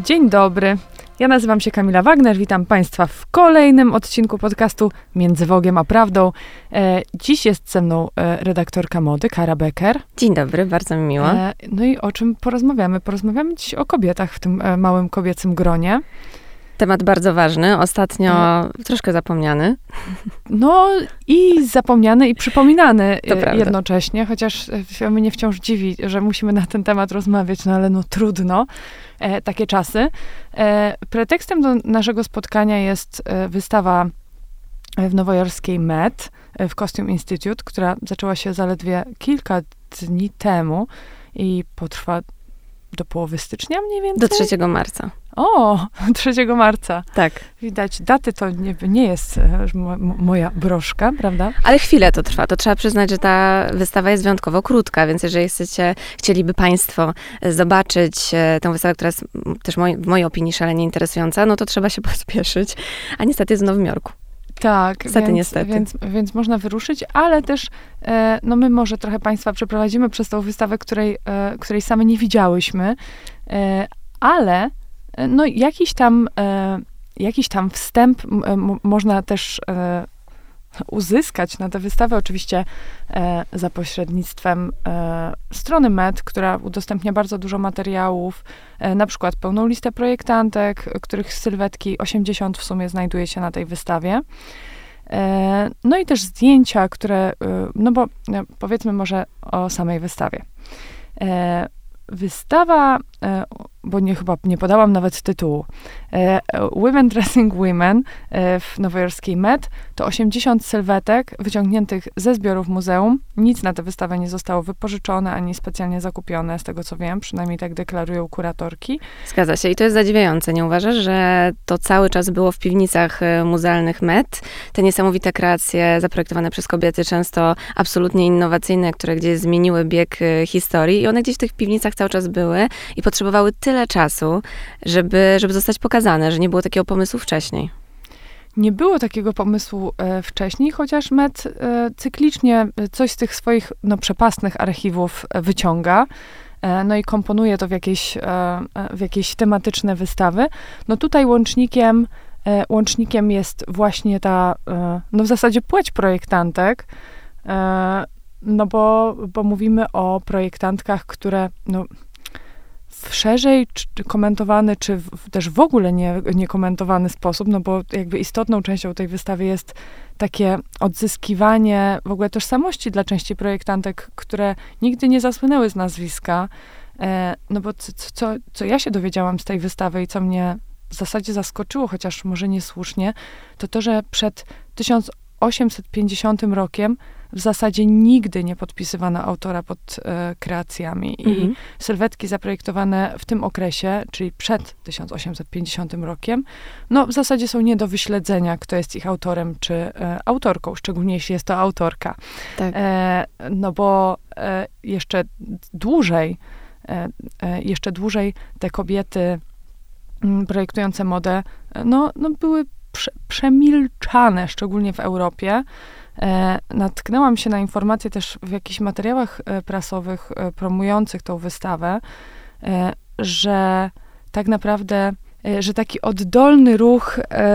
Dzień dobry. Ja nazywam się Kamila Wagner, witam Państwa w kolejnym odcinku podcastu Między Wogiem a Prawdą. Dziś jest ze mną redaktorka mody, Kara Becker. Dzień dobry, bardzo mi miło. No i o czym porozmawiamy? Porozmawiamy dziś o kobietach w tym małym kobiecym gronie. Temat bardzo ważny, ostatnio troszkę zapomniany. No i zapomniany i przypominany jednocześnie, chociaż mnie wciąż dziwi, że musimy na ten temat rozmawiać, no ale no trudno. Takie czasy. Pretekstem do naszego spotkania jest wystawa w nowojorskiej Met w Costume Institute, która zaczęła się zaledwie kilka dni temu i potrwa do połowy stycznia mniej więcej? Do 3 marca. O, 3 marca. Tak. Widać, daty to nie jest moja broszka, prawda? Ale chwilę to trwa. To trzeba przyznać, że ta wystawa jest wyjątkowo krótka, więc jeżeli chcieliby Państwo zobaczyć tę wystawę, która jest też w mojej opinii szalenie interesująca, no to trzeba się pospieszyć. A niestety jest w Nowym Jorku. Tak, więc można wyruszyć, ale też no my może trochę Państwa przeprowadzimy przez tą wystawę, której same nie widziałyśmy, ale no jakiś tam wstęp można też uzyskać na tę wystawę, oczywiście za pośrednictwem strony Met, która udostępnia bardzo dużo materiałów, na przykład pełną listę projektantek, których sylwetki 80 w sumie znajduje się na tej wystawie. No i też zdjęcia, które, no bo powiedzmy może o samej wystawie. Wystawa, bo chyba nie podałam nawet tytułu, Women Dressing Women w nowojorskiej Met, to 80 sylwetek wyciągniętych ze zbiorów muzeum. Nic na tę wystawę nie zostało wypożyczone, ani specjalnie zakupione, z tego co wiem, przynajmniej tak deklarują kuratorki. Zgadza się i to jest zadziwiające, nie uważasz, że to cały czas było w piwnicach muzealnych Met? Te niesamowite kreacje zaprojektowane przez kobiety, często absolutnie innowacyjne, które gdzieś zmieniły bieg historii i one gdzieś w tych piwnicach cały czas były i potrzebowały tyle czasu, żeby zostać pokazane, że nie było takiego pomysłu wcześniej. Nie było takiego pomysłu wcześniej, chociaż Met cyklicznie coś z tych swoich przepastnych archiwów wyciąga, no i komponuje to w jakieś tematyczne wystawy. No tutaj łącznikiem jest właśnie ta, no w zasadzie płeć projektantek, no bo mówimy o projektantkach, które no, w szerzej komentowany, czy też w ogóle nie komentowany sposób, no bo jakby istotną częścią tej wystawy jest takie odzyskiwanie w ogóle tożsamości dla części projektantek, które nigdy nie zasłynęły z nazwiska. No bo co ja się dowiedziałam z tej wystawy i co mnie w zasadzie zaskoczyło, chociaż może niesłusznie, to, że przed 1850 rokiem w zasadzie nigdy nie podpisywano autora pod kreacjami. I sylwetki zaprojektowane w tym okresie, czyli przed 1850 rokiem, no w zasadzie są nie do wyśledzenia, kto jest ich autorem czy autorką, szczególnie jeśli jest to autorka. Tak. No bo jeszcze dłużej te kobiety projektujące modę, no były przemilczane, szczególnie w Europie. Natknęłam się na informacje też w jakichś materiałach prasowych promujących tą wystawę, że tak naprawdę, że taki oddolny ruch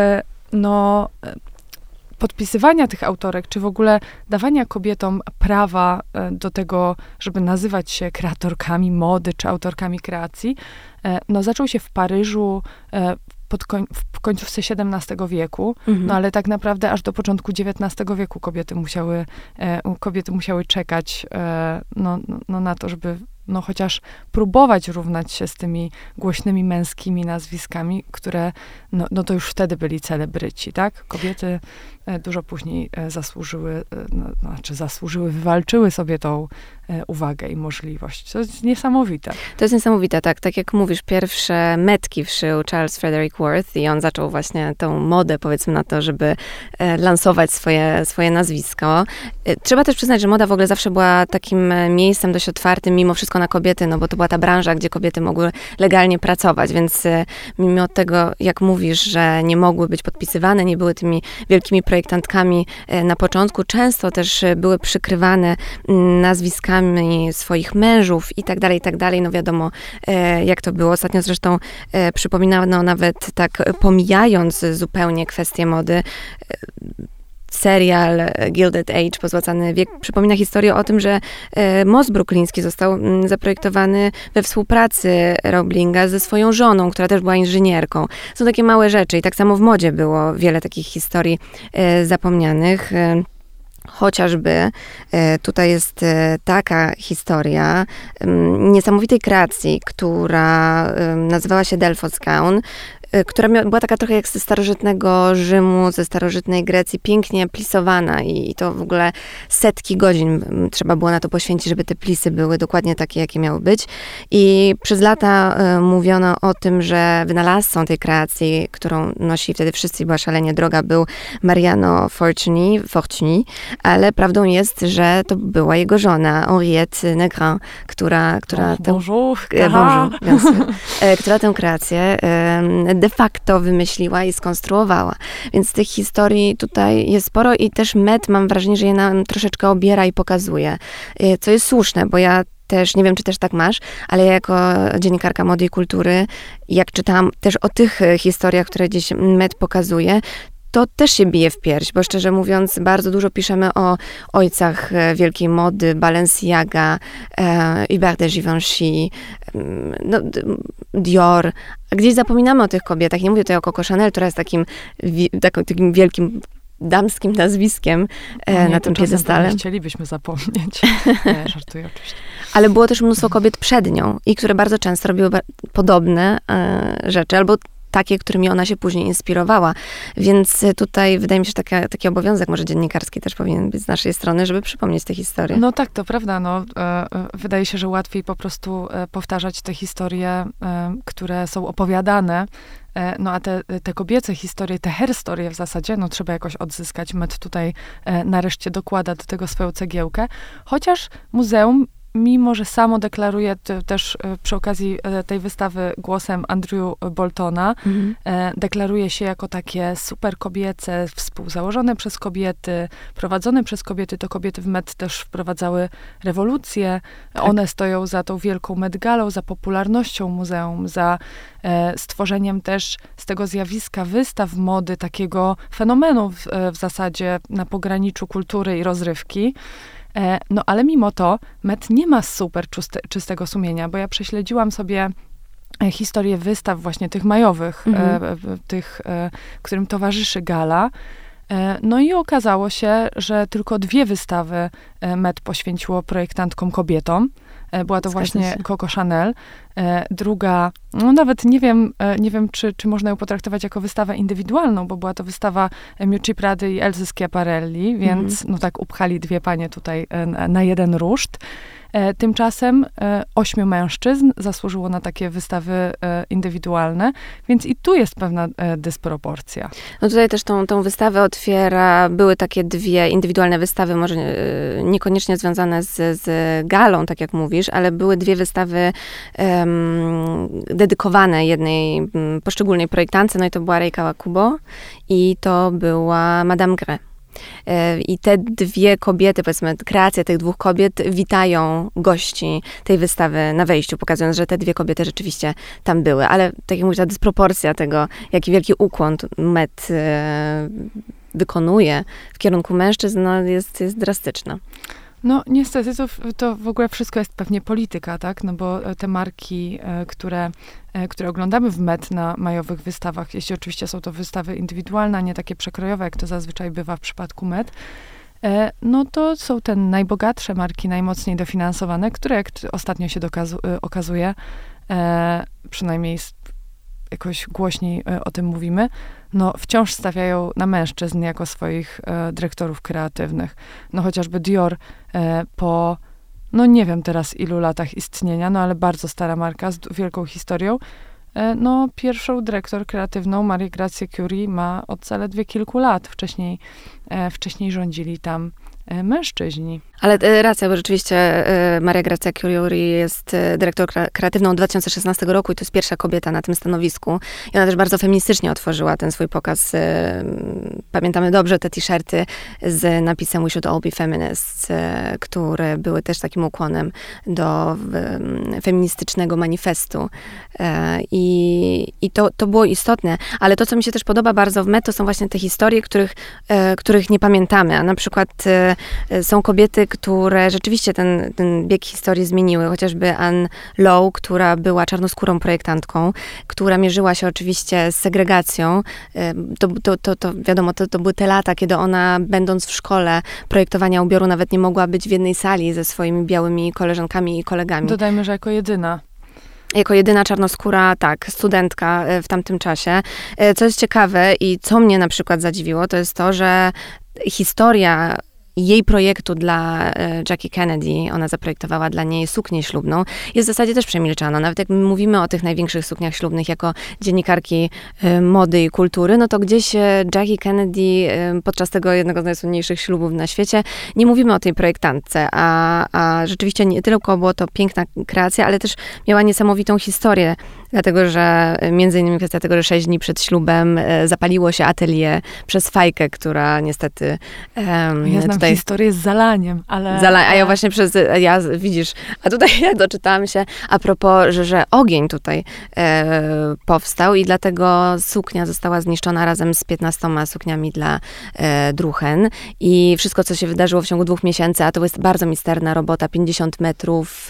podpisywania tych autorek, czy w ogóle dawania kobietom prawa do tego, żeby nazywać się kreatorkami mody, czy autorkami kreacji, no zaczął się w Paryżu w końcówce XVII wieku, no ale tak naprawdę aż do początku XIX wieku kobiety musiały czekać na to, żeby chociaż próbować równać się z tymi głośnymi męskimi nazwiskami, które, to już wtedy byli celebryci, tak? Kobiety dużo później wywalczyły sobie tą uwagę i możliwość. To jest niesamowite. To jest niesamowite, tak. Tak jak mówisz, pierwsze metki wszył Charles Frederick Worth i on zaczął właśnie tą modę, powiedzmy na to, żeby lansować swoje nazwisko. Trzeba też przyznać, że moda w ogóle zawsze była takim miejscem dość otwartym, mimo wszystko tylko na kobiety, no bo to była ta branża, gdzie kobiety mogły legalnie pracować, więc mimo tego, jak mówisz, że nie mogły być podpisywane, nie były tymi wielkimi projektantkami na początku, często też były przykrywane nazwiskami swoich mężów i tak dalej, no wiadomo, jak to było. Ostatnio zresztą przypominano nawet tak, pomijając zupełnie kwestię mody, serial Gilded Age, Pozłacany wiek, przypomina historię o tym, że most brukliński został zaprojektowany we współpracy Roeblinga ze swoją żoną, która też była inżynierką. Są takie małe rzeczy i tak samo w modzie było wiele takich historii zapomnianych. Chociażby tutaj jest taka historia niesamowitej kreacji, która nazywała się Delphos Gown, która była taka trochę jak ze starożytnego Rzymu, ze starożytnej Grecji, pięknie plisowana i to w ogóle setki godzin trzeba było na to poświęcić, żeby te plisy były dokładnie takie, jakie miały być. I przez lata mówiono o tym, że wynalazcą tej kreacji, którą nosili wtedy wszyscy, była szalenie droga, był Mariano Fortuny, ale prawdą jest, że to była jego żona, Henriette Negrin, która tę kreację de facto wymyśliła i skonstruowała. Więc tych historii tutaj jest sporo i też Met, mam wrażenie, że je nam troszeczkę obiera i pokazuje. Co jest słuszne, bo ja też, nie wiem, czy też tak masz, ale ja jako dziennikarka mody i kultury, jak czytałam też o tych historiach, które gdzieś Met pokazuje, to też się bije w pierś, bo szczerze mówiąc, bardzo dużo piszemy o ojcach wielkiej mody, Balenciaga, Hubert de Givenchy, Dior. A gdzieś zapominamy o tych kobietach. Nie mówię tutaj o Coco Chanel, która jest takim wielkim damskim nazwiskiem na tym piedestale. Chcielibyśmy zapomnieć. Nie, żartuję oczywiście. Ale było też mnóstwo kobiet przed nią i które bardzo często robiły podobne rzeczy, albo takie, którymi ona się później inspirowała. Więc tutaj wydaje mi się, że taki obowiązek może dziennikarski też powinien być z naszej strony, żeby przypomnieć te historie. No tak, to prawda. No, wydaje się, że łatwiej po prostu powtarzać te historie, które są opowiadane. No a te kobiece historie, te herstorie w zasadzie, no trzeba jakoś odzyskać. Met tutaj nareszcie dokłada do tego swoją cegiełkę. Chociaż muzeum, mimo że samo deklaruje też przy okazji tej wystawy głosem Andrew Boltona, deklaruje się jako takie super kobiece, współzałożone przez kobiety, prowadzone przez kobiety. To kobiety w Met też wprowadzały rewolucję. Tak. One stoją za tą wielką Met Galą, za popularnością muzeum, za stworzeniem też z tego zjawiska wystaw mody, takiego fenomenu w zasadzie na pograniczu kultury i rozrywki. No ale mimo to Met nie ma super czystego sumienia, bo ja prześledziłam sobie historię wystaw właśnie tych majowych, tych, którym towarzyszy gala. No i okazało się, że tylko 2 wystawy Met poświęciło projektantkom kobietom. Była to właśnie Coco Chanel. Druga, no nawet nie wiem, czy można ją potraktować jako wystawę indywidualną, bo była to wystawa Miucci Prady i Elzy Schiaparelli, więc no tak upchali 2 panie tutaj na jeden ruszt. Tymczasem 8 mężczyzn zasłużyło na takie wystawy indywidualne, więc i tu jest pewna dysproporcja. No tutaj też tą wystawę były takie 2 indywidualne wystawy, może niekoniecznie związane z galą, tak jak mówisz, ale były 2 wystawy dedykowane jednej poszczególnej projektance, no i to była Rei Kawakubo i to była Madame Grès. I te 2 kobiety, powiedzmy, kreacje tych 2 kobiet witają gości tej wystawy na wejściu, pokazując, że te 2 kobiety rzeczywiście tam były. Ale tak jak mówię, ta dysproporcja tego, jaki wielki ukłon Met wykonuje w kierunku mężczyzn, no jest drastyczna. No niestety to w ogóle wszystko jest pewnie polityka, tak? No bo te marki, które oglądamy w Met na majowych wystawach, jeśli oczywiście są to wystawy indywidualne, a nie takie przekrojowe, jak to zazwyczaj bywa w przypadku Met, no to są te najbogatsze marki, najmocniej dofinansowane, które jak ostatnio się okazuje, przynajmniej jakoś głośniej o tym mówimy, no wciąż stawiają na mężczyzn jako swoich dyrektorów kreatywnych. No chociażby Dior po, no nie wiem teraz ilu latach istnienia, no ale bardzo stara marka z wielką historią, no pierwszą dyrektor kreatywną, Marię Gracie Curie, ma od zaledwie kilku lat. Wcześniej rządzili tam mężczyźni. Ale racja, bo rzeczywiście Maria Grazia Chiuri jest dyrektorką kreatywną od 2016 roku i to jest pierwsza kobieta na tym stanowisku. I ona też bardzo feministycznie otworzyła ten swój pokaz. Pamiętamy dobrze te t-shirty z napisem We should all be feminists, które były też takim ukłonem do feministycznego manifestu. I to było istotne. Ale to, co mi się też podoba bardzo w Met, to są właśnie te historie, których nie pamiętamy. A na przykład są kobiety, które rzeczywiście ten bieg historii zmieniły. Chociażby Anne Lowe, która była czarnoskórą projektantką, która mierzyła się oczywiście z segregacją. To wiadomo, to były te lata, kiedy ona, będąc w szkole projektowania ubioru, nawet nie mogła być w jednej sali ze swoimi białymi koleżankami i kolegami. Dodajmy, że jako jedyna. Jako jedyna czarnoskóra, tak, studentka w tamtym czasie. Co jest ciekawe i co mnie na przykład zadziwiło, to jest to, że historia jej projektu dla Jackie Kennedy, ona zaprojektowała dla niej suknię ślubną, jest w zasadzie też przemilczana. Nawet jak mówimy o tych największych sukniach ślubnych jako dziennikarki mody i kultury, no to gdzieś Jackie Kennedy podczas tego jednego z najsłynniejszych ślubów na świecie, nie mówimy o tej projektantce, a rzeczywiście nie tylko było to piękna kreacja, ale też miała niesamowitą historię, dlatego że między innymi kwestia tego, że 6 dni przed ślubem zapaliło się atelier przez fajkę, która niestety tutaj historię z zalaniem, ale... A ja właśnie widzisz, a tutaj ja doczytałam się a propos, że ogień tutaj powstał i dlatego suknia została zniszczona razem z 15 sukniami dla druhen i wszystko, co się wydarzyło w ciągu 2 miesięcy, a to jest bardzo misterna robota, 50 metrów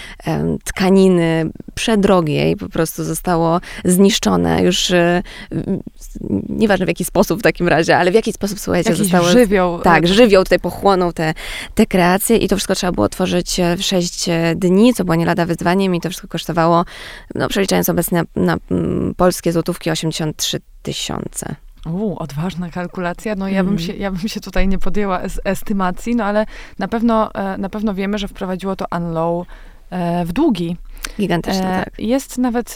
tkaniny przedrogiej po prostu zostało zniszczone już, nieważne w jaki sposób w takim razie, ale w jaki sposób, słuchajcie, zostało... żywioł. Tak, żywioł tutaj pochłonął te kreacje i to wszystko trzeba było tworzyć w 6 dni, co było nie lada wyzwaniem i to wszystko kosztowało, no przeliczając obecnie na polskie złotówki, 83 000. Odważna kalkulacja. No ja bym się tutaj nie podjęła estymacji, no ale na pewno wiemy, że wprowadziło to Anne Lowe w długi. Gigantyczne, tak. Jest nawet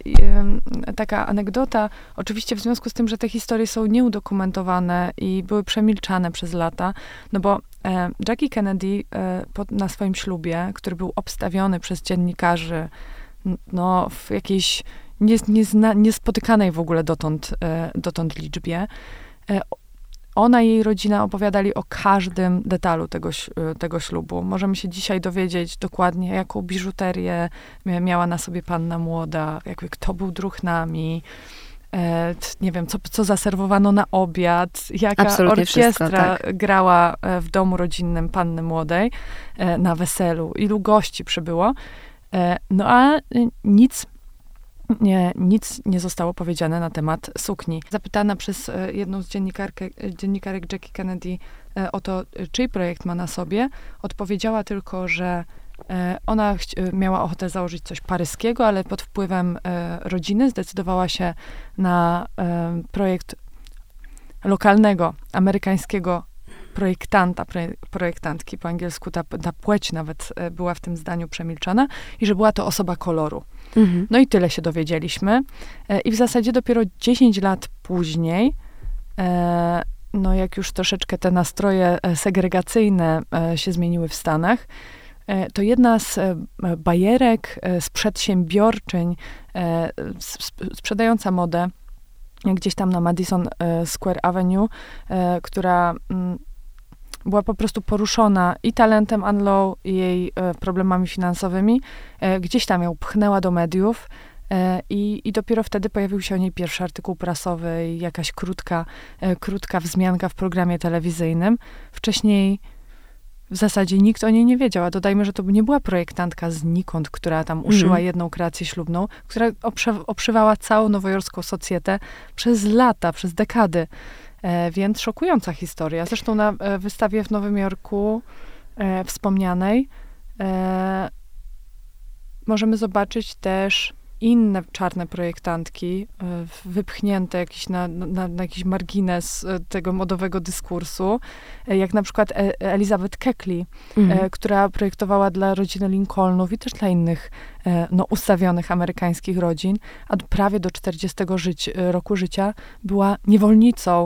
taka anegdota, oczywiście w związku z tym, że te historie są nieudokumentowane i były przemilczane przez lata, no bo Jackie Kennedy na swoim ślubie, który był obstawiony przez dziennikarzy, no w jakiejś niespotykanej w ogóle dotąd liczbie, ona i jej rodzina opowiadali o każdym detalu tego ślubu. Możemy się dzisiaj dowiedzieć dokładnie, jaką biżuterię miała na sobie panna młoda, kto był druhnami, nie wiem, co zaserwowano na obiad, jaka absolutnie orkiestra wszystko, tak. grała w domu rodzinnym panny młodej na weselu, ilu gości przybyło. No a nic nie zostało powiedziane na temat sukni. Zapytana przez jedną z dziennikarek Jackie Kennedy o to, czyj projekt ma na sobie, odpowiedziała tylko, że ona miała ochotę założyć coś paryskiego, ale pod wpływem rodziny zdecydowała się na projekt lokalnego, amerykańskiego projektantki, po angielsku ta płeć nawet była w tym zdaniu przemilczana i że była to osoba koloru. Mhm. No i tyle się dowiedzieliśmy. I w zasadzie dopiero 10 lat później, no jak już troszeczkę te nastroje segregacyjne się zmieniły w Stanach, to jedna z bajerek, z przedsiębiorczyń sprzedająca modę gdzieś tam na Madison Square Avenue, która była po prostu poruszona i talentem Anne Lowe, i jej problemami finansowymi. Gdzieś tam ją pchnęła do mediów i dopiero wtedy pojawił się o niej pierwszy artykuł prasowy i jakaś krótka wzmianka w programie telewizyjnym. Wcześniej w zasadzie nikt o niej nie wiedział, a dodajmy, że to nie była projektantka znikąd, która tam uszyła jedną kreację ślubną, która obszywała całą nowojorską socjetę przez lata, przez dekady. Więc szokująca historia. Zresztą na wystawie w Nowym Jorku wspomnianej możemy zobaczyć też inne czarne projektantki, wypchnięte jakiś na jakiś margines tego modowego dyskursu, jak na przykład Elizabeth Keckley, która projektowała dla rodziny Lincolnów i też dla innych ustawionych amerykańskich rodzin, a prawie do 40 roku życia była niewolnicą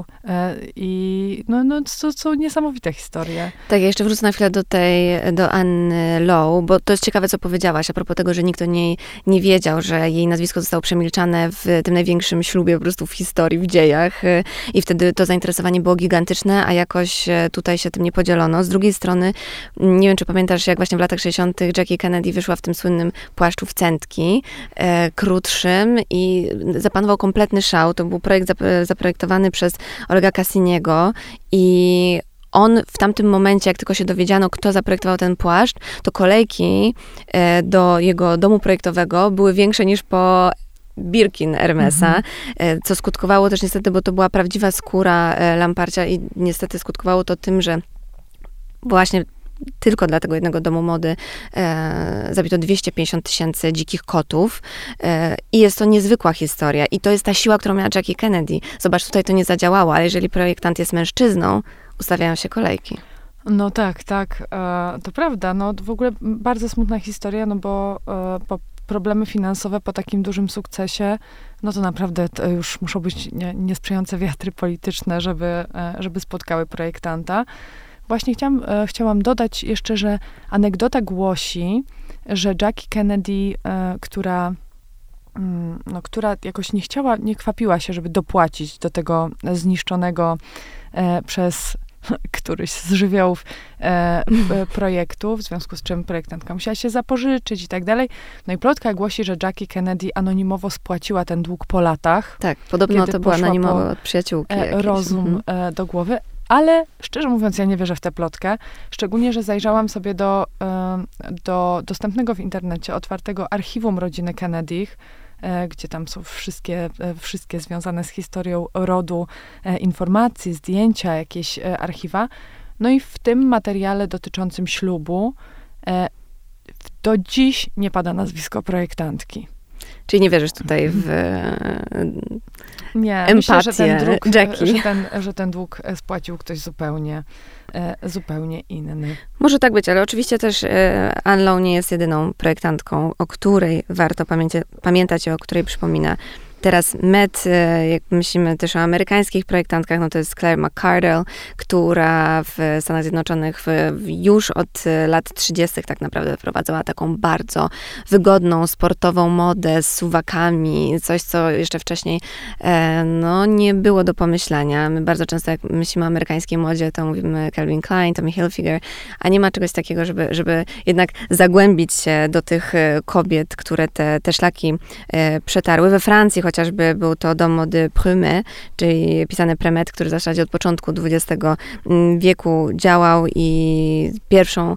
i to są niesamowite historie. Tak, ja jeszcze wrócę na chwilę do Anny Lau, bo to jest ciekawe, co powiedziałaś, a propos tego, że nikt o niej nie wiedział, że jej nazwisko zostało przemilczane w tym największym ślubie po prostu w historii, w dziejach i wtedy to zainteresowanie było gigantyczne, a jakoś tutaj się tym nie podzielono. Z drugiej strony, nie wiem, czy pamiętasz, jak właśnie w latach 60. Jackie Kennedy wyszła w tym słynnym płaszczu wcętki, krótszym i zapanował kompletny szał. To był projekt zaprojektowany przez Olega Cassiniego i on w tamtym momencie, jak tylko się dowiedziano, kto zaprojektował ten płaszcz, to kolejki do jego domu projektowego były większe niż po Birkin Hermesa, co skutkowało też niestety, bo to była prawdziwa skóra lamparcia i niestety skutkowało to tym, że właśnie tylko dla tego jednego domu mody zabito 250 000 dzikich kotów i jest to niezwykła historia i to jest ta siła, którą miała Jackie Kennedy. Zobacz, tutaj to nie zadziałało, ale jeżeli projektant jest mężczyzną, ustawiają się kolejki. No tak, to prawda. No w ogóle bardzo smutna historia, no bo problemy finansowe po takim dużym sukcesie, no to naprawdę to już muszą być niesprzyjające wiatry polityczne, żeby spotkały projektanta. Właśnie chciałam dodać jeszcze, że anegdota głosi, że Jackie Kennedy, która jakoś nie kwapiła się, żeby dopłacić do tego zniszczonego przez któryś z żywiołów projektu, w związku z czym projektantka musiała się zapożyczyć i tak dalej. No i plotka głosi, że Jackie Kennedy anonimowo spłaciła ten dług po latach. Tak, podobno to była anonimowa od przyjaciółki. Rozum do głowy. Ale szczerze mówiąc, ja nie wierzę w tę plotkę. Szczególnie, że zajrzałam sobie do dostępnego w internecie otwartego archiwum rodziny Kennedych, gdzie tam są wszystkie związane z historią rodu informacje, zdjęcia, jakieś archiwa. No i w tym materiale dotyczącym ślubu do dziś nie pada nazwisko projektantki. Czyli nie wierzysz tutaj w nie, empatię myślę, że ten dług, Jackie. że ten dług spłacił ktoś zupełnie inny. Może tak być, ale oczywiście też Anne Lau nie jest jedyną projektantką, o której warto pamiętać i o której przypomina teraz Met. Jak myślimy też o amerykańskich projektantkach, no to jest Claire McCardell, która w Stanach Zjednoczonych już od lat 30. tak naprawdę wprowadzała taką bardzo wygodną, sportową modę z suwakami, coś, co jeszcze wcześniej nie było do pomyślenia. My bardzo często, jak myślimy o amerykańskiej modzie, to mówimy Calvin Klein, Tommy Hilfiger, a nie ma czegoś takiego, żeby jednak zagłębić się do tych kobiet, które te szlaki przetarły. We Francji chociażby był to dom mody Prümet, czyli pisany Premet, który w zasadzie od początku XX wieku działał i pierwszą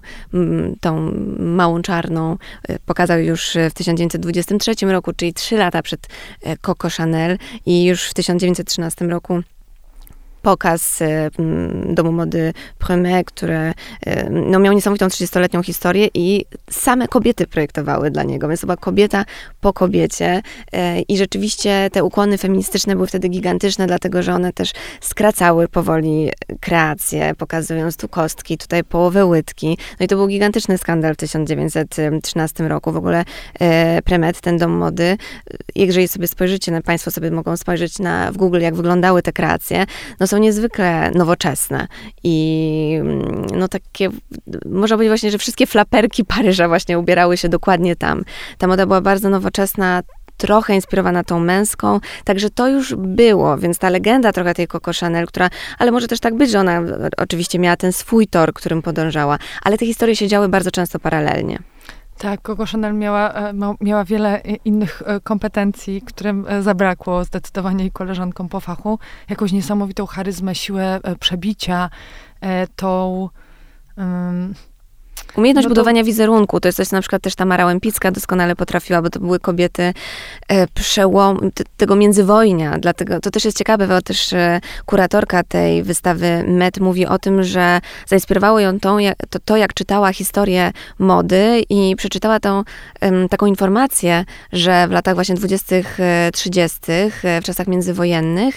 tą małą czarną pokazał już w 1923 roku, czyli 3 lata przed Coco Chanel i już w 1913 roku pokaz domu mody Prümet, które miał niesamowitą 30-letnią historię i same kobiety projektowały dla niego, więc to była kobieta po kobiecie i rzeczywiście te ukłony feministyczne były wtedy gigantyczne, dlatego, że one też skracały powoli kreację, pokazując tu kostki, tutaj połowę łydki. No i to był gigantyczny skandal w 1913 roku. W ogóle Premet, ten dom mody, jeżeli sobie spojrzycie, państwo sobie mogą spojrzeć w Google, jak wyglądały te kreacje, są niezwykle nowoczesne i takie, można powiedzieć właśnie, że wszystkie flaperki Paryża właśnie ubierały się dokładnie tam. Ta moda była bardzo nowoczesna, trochę inspirowana tą męską, także to już było, więc ta legenda trochę tej Coco Chanel, ale może też tak być, że ona oczywiście miała ten swój tor, którym podążała, ale te historie się działy bardzo często paralelnie. Tak, Coco Chanel miała wiele innych kompetencji, którym zabrakło zdecydowanie jej koleżankom po fachu. Jakąś niesamowitą charyzmę, siłę przebicia, tą Umiejętność budowania wizerunku, to jest coś, co na przykład też Tamara Łępicka doskonale potrafiła, bo to były kobiety tego międzywojnia. Dlatego to też jest ciekawe, bo też kuratorka tej wystawy Met mówi o tym, że zainspirowało ją to, jak czytała historię mody i przeczytała taką informację, że w latach właśnie 20., 30., w czasach międzywojennych,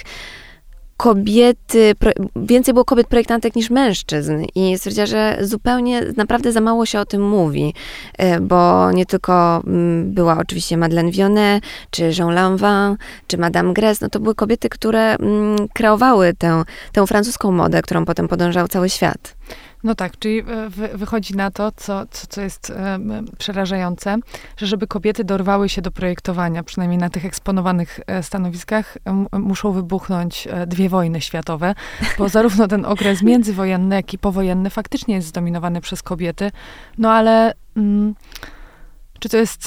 więcej było kobiet projektantek niż mężczyzn i stwierdziła, że zupełnie, naprawdę za mało się o tym mówi, bo nie tylko była oczywiście Madeleine Vionnet, czy Jean Lanvin, czy Madame Grès, no to były kobiety, które kreowały tę francuską modę, którą potem podążał cały świat. No tak, czyli wychodzi na to, co jest przerażające, że żeby kobiety dorwały się do projektowania, przynajmniej na tych eksponowanych stanowiskach, muszą wybuchnąć 2 wojny światowe, bo zarówno ten okres międzywojenny, jak i powojenny faktycznie jest zdominowany przez kobiety. No ale czy to jest...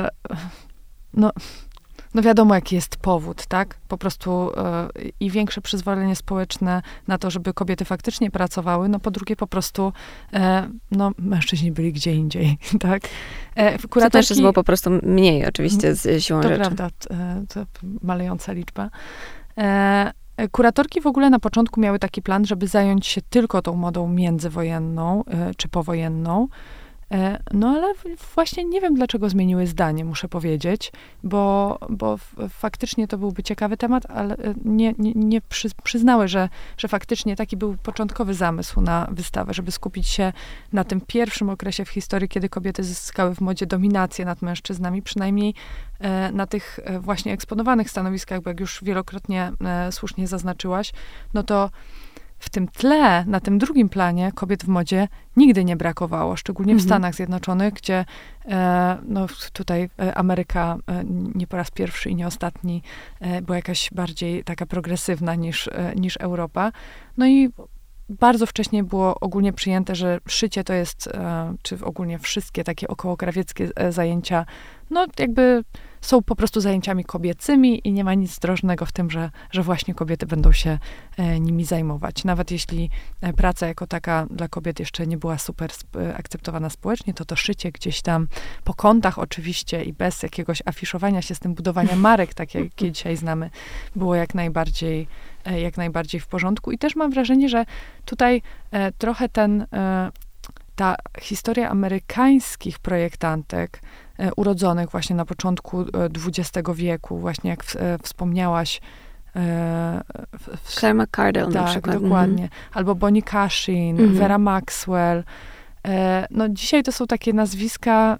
No wiadomo, jaki jest powód, tak? Po prostu i większe przyzwolenie społeczne na to, żeby kobiety faktycznie pracowały, no po drugie po prostu mężczyźni byli gdzie indziej, tak? Mężczyzn było po prostu mniej oczywiście z siłą rzeczy. To prawda, to malejąca liczba. Kuratorki w ogóle na początku miały taki plan, żeby zająć się tylko tą modą międzywojenną czy powojenną. No ale właśnie nie wiem, dlaczego zmieniły zdanie, muszę powiedzieć, bo faktycznie to byłby ciekawy temat, ale nie przyznały, że faktycznie taki był początkowy zamysł na wystawę, żeby skupić się na tym pierwszym okresie w historii, kiedy kobiety zyskały w modzie dominację nad mężczyznami, przynajmniej na tych właśnie eksponowanych stanowiskach, bo jak już wielokrotnie słusznie zaznaczyłaś, no to w tym tle, na tym drugim planie kobiet w modzie nigdy nie brakowało, szczególnie w Stanach Zjednoczonych, gdzie tutaj Ameryka nie po raz pierwszy i nie ostatni była jakaś bardziej taka progresywna niż Europa. No i bardzo wcześnie było ogólnie przyjęte, że szycie to jest, czy ogólnie wszystkie takie okołokrawieckie zajęcia, no jakby są po prostu zajęciami kobiecymi i nie ma nic zdrożnego w tym, że właśnie kobiety będą się nimi zajmować. Nawet jeśli praca jako taka dla kobiet jeszcze nie była super akceptowana społecznie, to szycie gdzieś tam po kątach oczywiście i bez jakiegoś afiszowania się z tym budowania marek, tak jakie dzisiaj znamy, było jak najbardziej w porządku. I też mam wrażenie, że tutaj trochę ta historia amerykańskich projektantek urodzonych właśnie na początku XX wieku, właśnie jak wspomniałaś. Claire McCardell tak, na przykład. Dokładnie. Albo Bonnie Cashin, Vera Maxwell. No dzisiaj to są takie nazwiska,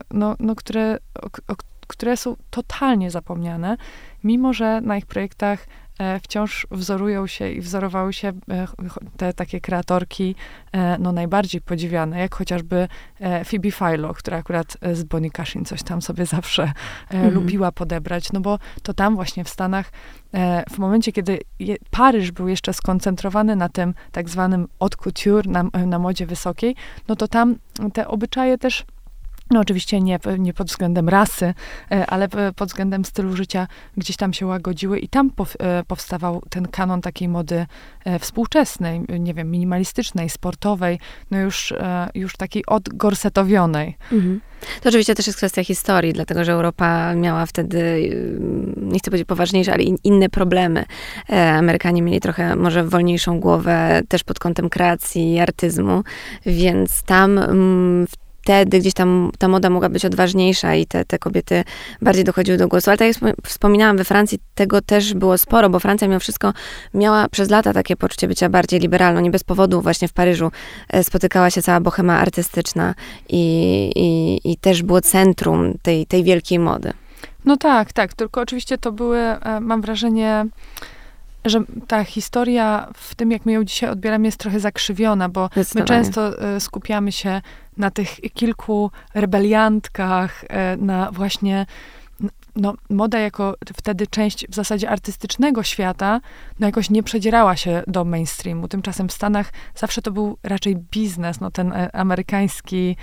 które są totalnie zapomniane, mimo że na ich projektach wciąż wzorują się i wzorowały się te takie kreatorki najbardziej podziwiane, jak chociażby Phoebe Philo, która akurat z Bonnie Cashin coś tam sobie zawsze lubiła podebrać, no bo to tam właśnie w Stanach w momencie, kiedy Paryż był jeszcze skoncentrowany na tym tak zwanym haute couture, na modzie wysokiej, no to tam te obyczaje też oczywiście nie pod względem rasy, ale pod względem stylu życia gdzieś tam się łagodziły i tam powstawał ten kanon takiej mody współczesnej, nie wiem, minimalistycznej, sportowej, no już takiej odgorsetowionej. To oczywiście też jest kwestia historii, dlatego że Europa miała wtedy, nie chcę powiedzieć poważniejsze, ale inne problemy. Amerykanie mieli trochę może wolniejszą głowę też pod kątem kreacji i artyzmu, więc tam wtedy gdzieś tam ta moda mogła być odważniejsza i te kobiety bardziej dochodziły do głosu. Ale tak jak wspominałam, we Francji tego też było sporo, bo Francja mimo wszystko miała przez lata takie poczucie bycia bardziej liberalną. Nie bez powodu właśnie w Paryżu spotykała się cała bohema artystyczna i też było centrum tej wielkiej mody. No tak, tylko oczywiście to były, mam wrażenie, że ta historia w tym, jak my ją dzisiaj odbieramy, jest trochę zakrzywiona, bo my często skupiamy się na tych kilku rebeliantkach, na właśnie moda jako wtedy część w zasadzie artystycznego świata, jakoś nie przedzierała się do mainstreamu. Tymczasem w Stanach zawsze to był raczej biznes, ten amerykański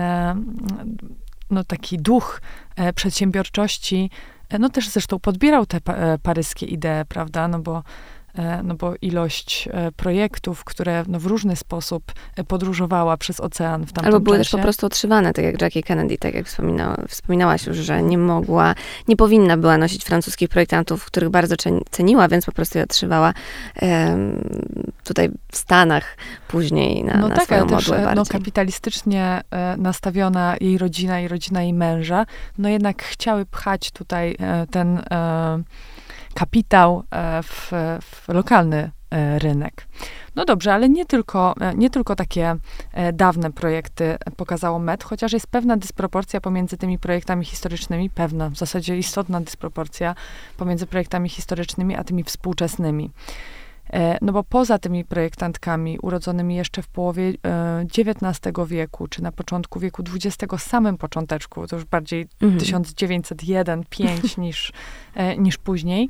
taki duch przedsiębiorczości, też zresztą podbierał te paryskie idee, prawda, bo no bo ilość projektów, które w różny sposób podróżowała przez ocean w tamtym Albo były czasie. też po prostu otrzywane, tak jak Jackie Kennedy, tak jak wspominałaś już, że nie powinna była nosić francuskich projektantów, których bardzo ceniła, więc po prostu je otrzymała tutaj w Stanach później na swoją modłę bardziej. No kapitalistycznie nastawiona jej rodzina i rodzina jej męża, no jednak chciały pchać tutaj ten kapitał w lokalny rynek. No dobrze, ale nie tylko takie dawne projekty pokazało Met, chociaż jest pewna dysproporcja pomiędzy tymi projektami historycznymi, w zasadzie istotna dysproporcja pomiędzy projektami historycznymi a tymi współczesnymi. No bo poza tymi projektantkami urodzonymi jeszcze w połowie XIX wieku, czy na początku wieku XX, samym począteczku, to już bardziej 1901-5 niż później,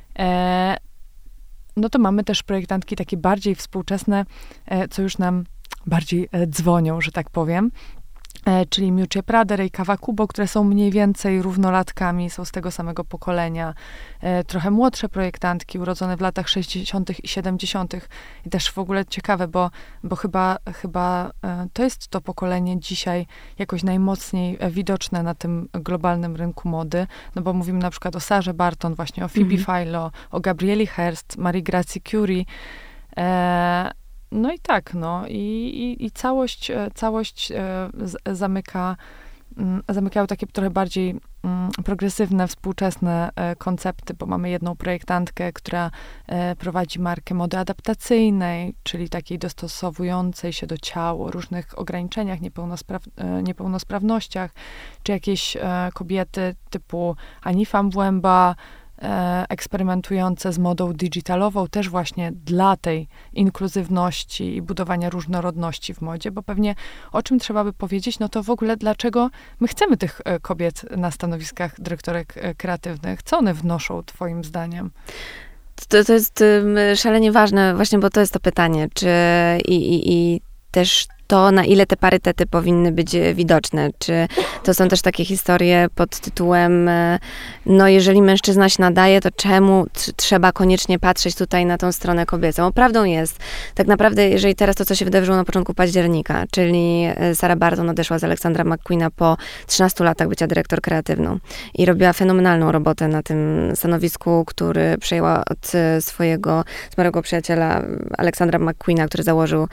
no to mamy też projektantki takie bardziej współczesne, co już nam bardziej dzwonią, że tak powiem. Czyli Miuccia Prader i Kawakubo, które są mniej więcej równolatkami, są z tego samego pokolenia. Trochę młodsze projektantki, urodzone w latach 60. i 70. I też w ogóle ciekawe, bo chyba to jest to pokolenie dzisiaj jakoś najmocniej widoczne na tym globalnym rynku mody, no bo mówimy na przykład o Sarze Barton, właśnie o Phoebe Philo, o Gabrieli Hearst, Marie Gracie Curie. No i tak, no i całość zamykają takie trochę bardziej progresywne, współczesne koncepty, bo mamy jedną projektantkę, która prowadzi markę mody adaptacyjnej, czyli takiej dostosowującej się do ciał, o różnych ograniczeniach, niepełnosprawnościach, czy jakieś kobiety typu Anifa Mwemba, eksperymentujące z modą digitalową, też właśnie dla tej inkluzywności i budowania różnorodności w modzie, bo pewnie o czym trzeba by powiedzieć, no to w ogóle dlaczego my chcemy tych kobiet na stanowiskach dyrektorek kreatywnych? Co one wnoszą, twoim zdaniem? To jest szalenie ważne, właśnie, bo to jest to pytanie, czy i też to, na ile te parytety powinny być widoczne. Czy to są też takie historie pod tytułem, no jeżeli mężczyzna się nadaje, to czemu trzeba koniecznie patrzeć tutaj na tą stronę kobiecą? Bo prawdą jest, tak naprawdę, jeżeli teraz to, co się wydarzyło na początku października, czyli Sarah Barton odeszła z Alexandra McQueena po 13 latach bycia dyrektor kreatywną i robiła fenomenalną robotę na tym stanowisku, który przejęła od swojego zmarłego przyjaciela Alexandra McQueena, który założył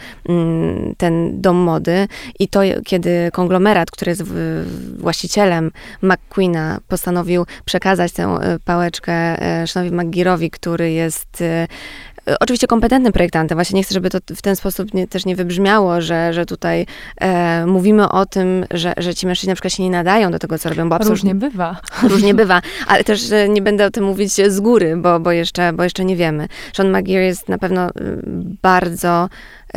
ten dom mody, i to, kiedy konglomerat, który jest właścicielem McQueena, postanowił przekazać tę pałeczkę Seanowi McGeerowi, który jest oczywiście kompetentnym projektantem. Właśnie nie chcę, żeby to w ten sposób też nie wybrzmiało, że tutaj mówimy o tym, że ci mężczyźni na przykład się nie nadają do tego, co robią, bo absolutnie różnie bywa. Różnie bywa, ale też nie będę o tym mówić z góry, bo jeszcze nie wiemy. Sean McGeer jest na pewno bardzo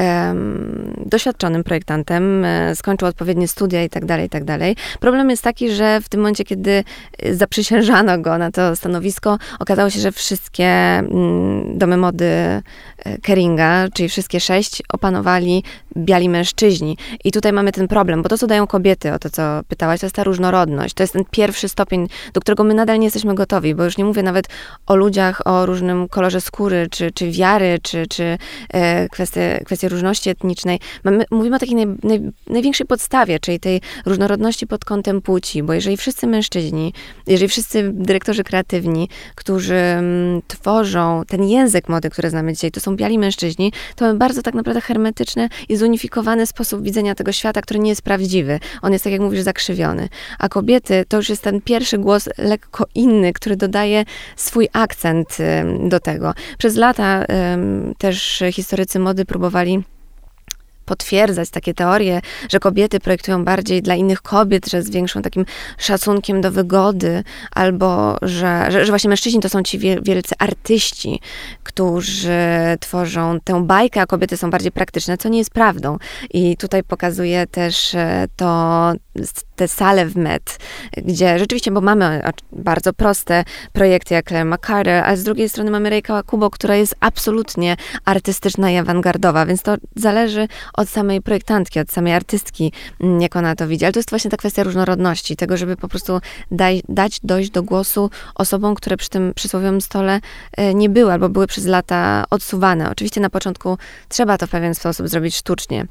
doświadczonym projektantem, skończył odpowiednie studia i tak dalej. Problem jest taki, że w tym momencie, kiedy zaprzysiężano go na to stanowisko, okazało się, że wszystkie domy mody Keringa, czyli wszystkie 6, opanowali biali mężczyźni. I tutaj mamy ten problem, bo to, co dają kobiety, o to, co pytałaś, to jest ta różnorodność. To jest ten pierwszy stopień, do którego my nadal nie jesteśmy gotowi, bo już nie mówię nawet o ludziach o różnym kolorze skóry, czy wiary, czy kwestie różności etnicznej. Mówimy o takiej największej podstawie, czyli tej różnorodności pod kątem płci, bo jeżeli wszyscy mężczyźni, jeżeli wszyscy dyrektorzy kreatywni, którzy tworzą ten język mody, który znamy dzisiaj, to są biali mężczyźni, to mamy bardzo tak naprawdę hermetyczny i zunifikowany sposób widzenia tego świata, który nie jest prawdziwy. On jest, tak jak mówisz, zakrzywiony. A kobiety, to już jest ten pierwszy głos lekko inny, który dodaje swój akcent do tego. Przez lata też historycy mody próbowali potwierdzać takie teorie, że kobiety projektują bardziej dla innych kobiet, że z większym takim szacunkiem do wygody, albo że właśnie mężczyźni to są ci wielcy artyści, którzy tworzą tę bajkę, a kobiety są bardziej praktyczne, co nie jest prawdą. I tutaj pokazuje też te sale w Met, gdzie rzeczywiście, bo mamy bardzo proste projekty jak Claire McCarter, a z drugiej strony mamy Rei Kawakubo, która jest absolutnie artystyczna i awangardowa, więc to zależy od samej projektantki, od samej artystki, jak ona to widzi. Ale to jest właśnie ta kwestia różnorodności, tego, żeby po prostu dać dojść do głosu osobom, które przy tym przysłowiowym stole nie były albo były przez lata odsuwane. Oczywiście na początku trzeba to w pewien sposób zrobić sztucznie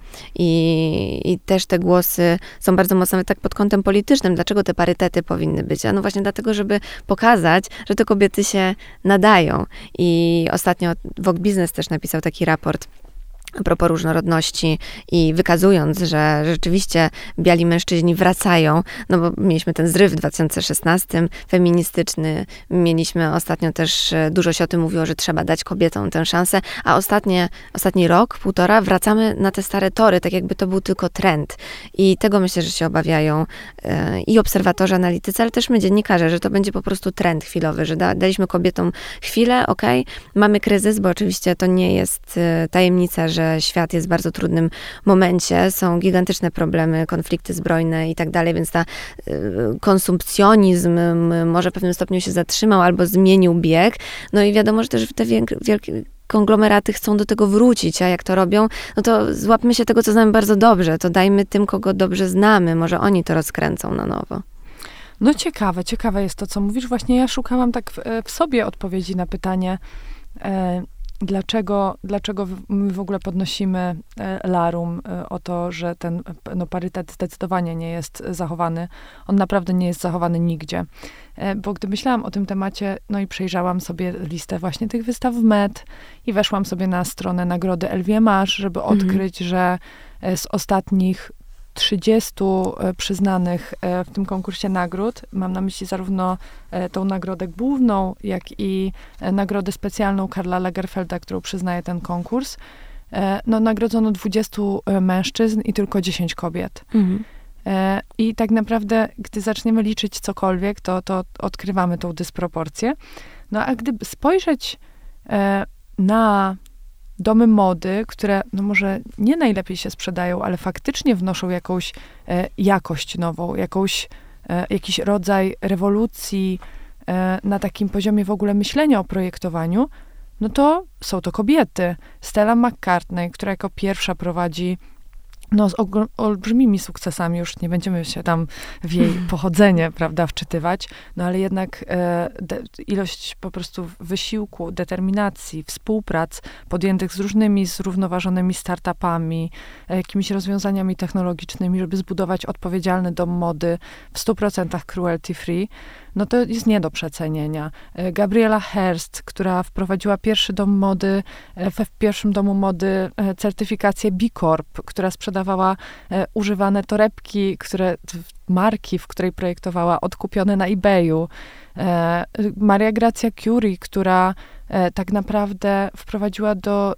i też te głosy są bardzo mocne tak pod kątem politycznym. Dlaczego te parytety powinny być? A no właśnie dlatego, żeby pokazać, że te kobiety się nadają. I ostatnio Vogue Business też napisał taki raport a propos różnorodności i wykazując, że rzeczywiście biali mężczyźni wracają, no bo mieliśmy ten zryw w 2016 feministyczny, mieliśmy ostatnio też, dużo się o tym mówiło, że trzeba dać kobietom tę szansę, a ostatni rok, półtora, wracamy na te stare tory, tak jakby to był tylko trend. I tego myślę, że się obawiają i obserwatorzy, analitycy, ale też my dziennikarze, że to będzie po prostu trend chwilowy, że daliśmy kobietom chwilę, mamy kryzys, bo oczywiście to nie jest tajemnica, że świat jest w bardzo trudnym momencie, są gigantyczne problemy, konflikty zbrojne i tak dalej, więc ta konsumpcjonizm może w pewnym stopniu się zatrzymał albo zmienił bieg. No i wiadomo, że też te wielkie konglomeraty chcą do tego wrócić, a jak to robią, no to złapmy się tego, co znamy bardzo dobrze, to dajmy tym, kogo dobrze znamy, może oni to rozkręcą na nowo. No ciekawe jest to, co mówisz. Właśnie ja szukałam tak w sobie odpowiedzi na pytanie, dlaczego my w ogóle podnosimy larum o to, że ten parytet zdecydowanie nie jest zachowany. On naprawdę nie jest zachowany nigdzie. Bo gdy myślałam o tym temacie, no i przejrzałam sobie listę właśnie tych wystaw w Met i weszłam sobie na stronę nagrody LVMH, żeby odkryć, że z ostatnich 30 przyznanych w tym konkursie nagród, mam na myśli zarówno tą nagrodę główną, jak i nagrodę specjalną Karla Lagerfelda, którą przyznaje ten konkurs, no nagrodzono 20 mężczyzn i tylko 10 kobiet. I tak naprawdę, gdy zaczniemy liczyć cokolwiek, to odkrywamy tą dysproporcję. No a gdy spojrzeć na domy mody, które no może nie najlepiej się sprzedają, ale faktycznie wnoszą jakąś jakość nową, jakiś rodzaj rewolucji na takim poziomie w ogóle myślenia o projektowaniu, no to są to kobiety. Stella McCartney, która jako pierwsza prowadzi z olbrzymimi sukcesami, już nie będziemy się tam w jej pochodzenie, prawda, wczytywać, no ale jednak ilość po prostu wysiłku, determinacji, współprac podjętych z różnymi zrównoważonymi startupami, jakimiś rozwiązaniami technologicznymi, żeby zbudować odpowiedzialny dom mody w 100% cruelty free, no to jest nie do przecenienia. Gabriela Hearst, która wprowadziła pierwszy dom mody, w pierwszym domu mody certyfikację B Corp, która sprzedawała używane torebki, marki, w której projektowała, odkupione na eBayu. Maria Grazia Curie, która tak naprawdę wprowadziła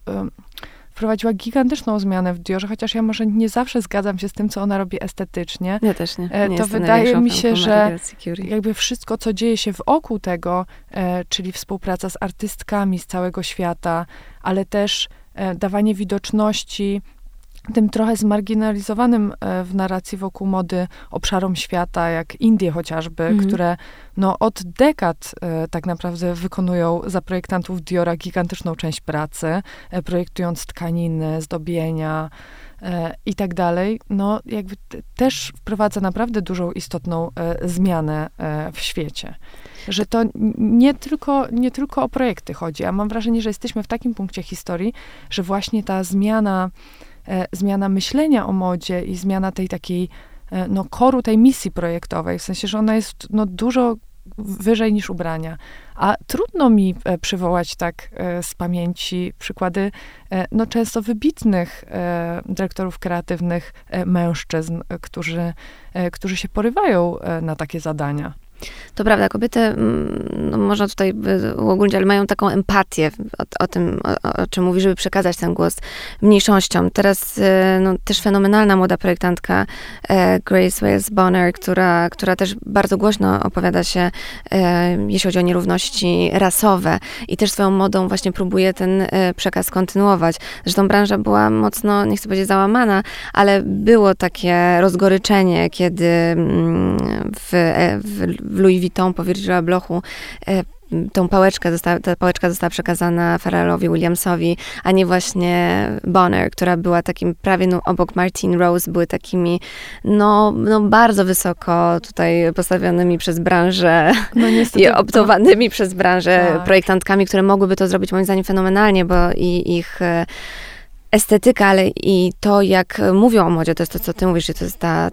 gigantyczną zmianę w Diorze, chociaż ja może nie zawsze zgadzam się z tym, co ona robi estetycznie. Ja też nie. To wydaje mi się, że jakby wszystko, co dzieje się wokół tego, czyli współpraca z artystkami z całego świata, ale też dawanie widoczności tym trochę zmarginalizowanym w narracji wokół mody obszarom świata, jak Indie chociażby, które od dekad tak naprawdę wykonują za projektantów Diora gigantyczną część pracy, projektując tkaniny, zdobienia i tak dalej. No jakby też wprowadza naprawdę dużą, istotną zmianę w świecie. Że to nie tylko o projekty chodzi, a mam wrażenie, że jesteśmy w takim punkcie historii, że właśnie ta zmiana myślenia o modzie i zmiana tej takiej, koru tej misji projektowej, w sensie, że ona jest dużo wyżej niż ubrania. A trudno mi przywołać tak z pamięci przykłady często wybitnych dyrektorów kreatywnych mężczyzn, którzy się porywają na takie zadania. To prawda, kobiety, no można tutaj uogólnić, ale mają taką empatię o tym, o czym mówi, żeby przekazać ten głos mniejszościom. Teraz no, też fenomenalna młoda projektantka Grace Wales Bonner, która też bardzo głośno opowiada się, jeśli chodzi o nierówności rasowe i też swoją modą właśnie próbuje ten przekaz kontynuować. Zresztą branża była mocno, nie chcę powiedzieć załamana, ale było takie rozgoryczenie, kiedy w Louis Vuitton po Virgila Blochu ta pałeczka została przekazana Pharrellowi Williamsowi, a nie właśnie Bonner, która była takim prawie obok Martine Rose, były takimi no bardzo wysoko tutaj postawionymi przez branżę i optowanymi przez branżę projektantkami, które mogłyby to zrobić moim zdaniem fenomenalnie, bo ich estetyka, ale i to, jak mówią o modzie, to jest to, co ty mówisz, że to jest ta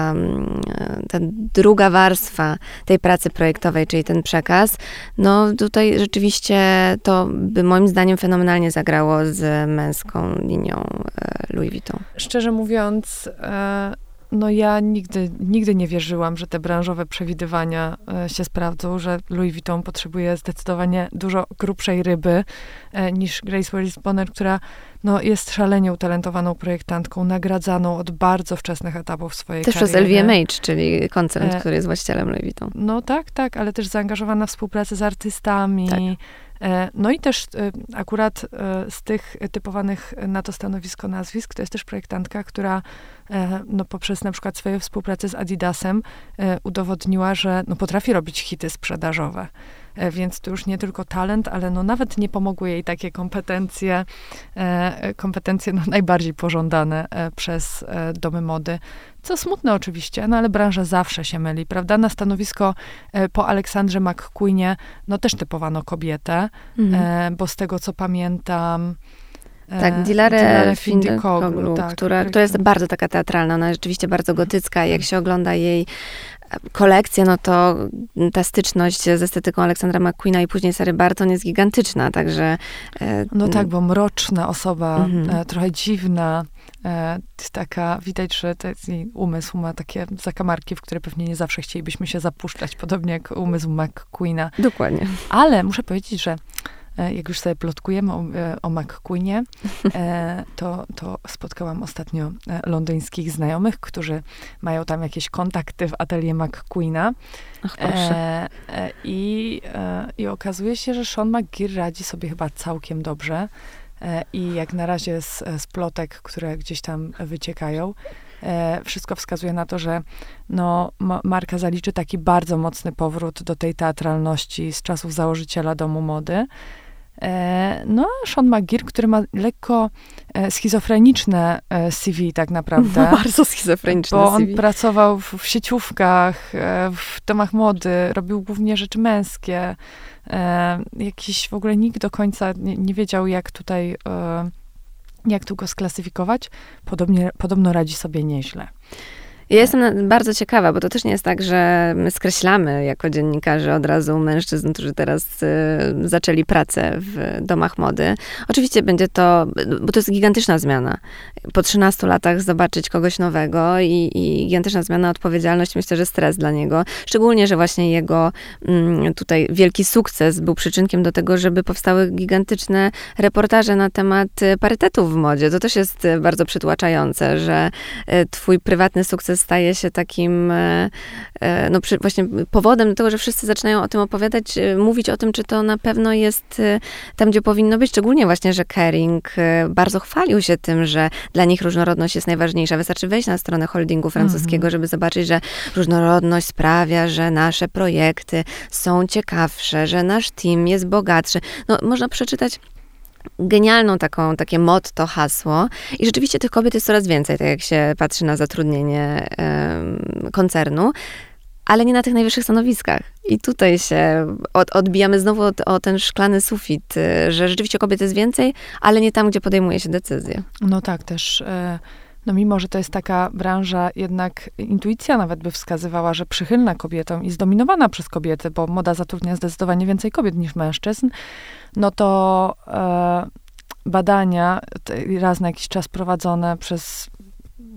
druga warstwa tej pracy projektowej, czyli ten przekaz. No tutaj rzeczywiście to by moim zdaniem fenomenalnie zagrało z męską linią Louis Vuitton. Szczerze mówiąc, no ja nigdy nie wierzyłam, że te branżowe przewidywania się sprawdzą, że Louis Vuitton potrzebuje zdecydowanie dużo grubszej ryby niż Grace Wales Bonner, która no, jest szalenie utalentowaną projektantką, nagradzaną od bardzo wczesnych etapów swojej też kariery. Też przez LVMH, czyli koncern, który jest właścicielem Louis Vuitton. No tak, ale też zaangażowana w współpracę z artystami. Tak. No i też akurat z tych typowanych na to stanowisko nazwisk, to jest też projektantka, która no, poprzez na przykład swoją współpracę z Adidasem udowodniła, że no, potrafi robić hity sprzedażowe. Więc to już nie tylko talent, ale no, nawet nie pomogły jej takie kompetencje no, najbardziej pożądane przez domy mody. Co smutne oczywiście, no ale branża zawsze się myli, prawda? Na stanowisko po Aleksandrze McQueenie, no też typowano kobietę, bo z tego co pamiętam, tak, Dilarę Findykoglu, tak, która jest bardzo taka teatralna, ona jest rzeczywiście bardzo gotycka. Jak się ogląda jej kolekcję, no to ta styczność z estetyką Aleksandra McQueena i później Sary Barton jest gigantyczna, także... No tak, bo mroczna osoba, trochę dziwna, jest taka, widać, że jej umysł ma takie zakamarki, w które pewnie nie zawsze chcielibyśmy się zapuszczać, podobnie jak umysł McQueena. Dokładnie. Ale muszę powiedzieć, że jak już sobie plotkujemy o McQueenie, to spotkałam ostatnio londyńskich znajomych, którzy mają tam jakieś kontakty w atelier McQueena. Ach, proszę. I okazuje się, że Sean McGear radzi sobie chyba całkiem dobrze. I jak na razie z plotek, które gdzieś tam wyciekają, wszystko wskazuje na to, że no, marka zaliczy taki bardzo mocny powrót do tej teatralności z czasów założyciela domu mody. No, a Sean McGear, który ma lekko schizofreniczne CV tak naprawdę. Bardzo schizofreniczne bo CV. On pracował w sieciówkach, w domach mody, robił głównie rzeczy męskie. Jakiś w ogóle nikt do końca nie wiedział, jak tu go sklasyfikować. Podobno radzi sobie nieźle. Ja jestem bardzo ciekawa, bo to też nie jest tak, że my skreślamy jako dziennikarze od razu mężczyzn, którzy teraz zaczęli pracę w domach mody. Oczywiście będzie to, bo to jest gigantyczna zmiana. Po 13 latach zobaczyć kogoś nowego i gigantyczna zmiana, odpowiedzialność, myślę, że stres dla niego. Szczególnie, że właśnie jego tutaj wielki sukces był przyczynkiem do tego, żeby powstały gigantyczne reportaże na temat parytetów w modzie. To też jest bardzo przytłaczające, że twój prywatny sukces staje się takim no, właśnie powodem do tego, że wszyscy zaczynają o tym opowiadać, mówić o tym, czy to na pewno jest tam, gdzie powinno być. Szczególnie właśnie, że Kering bardzo chwalił się tym, że dla nich różnorodność jest najważniejsza. Wystarczy wejść na stronę holdingu francuskiego, żeby zobaczyć, że różnorodność sprawia, że nasze projekty są ciekawsze, że nasz team jest bogatszy. No, można przeczytać genialną takie motto, hasło. I rzeczywiście tych kobiet jest coraz więcej, tak jak się patrzy na zatrudnienie koncernu, ale nie na tych najwyższych stanowiskach. I tutaj się odbijamy znowu o ten szklany sufit, że rzeczywiście kobiet jest więcej, ale nie tam, gdzie podejmuje się decyzje. No tak, też... No mimo, że to jest taka branża, jednak intuicja nawet by wskazywała, że przychylna kobietom i zdominowana przez kobiety, bo moda zatrudnia zdecydowanie więcej kobiet niż mężczyzn, no to badania raz na jakiś czas prowadzone przez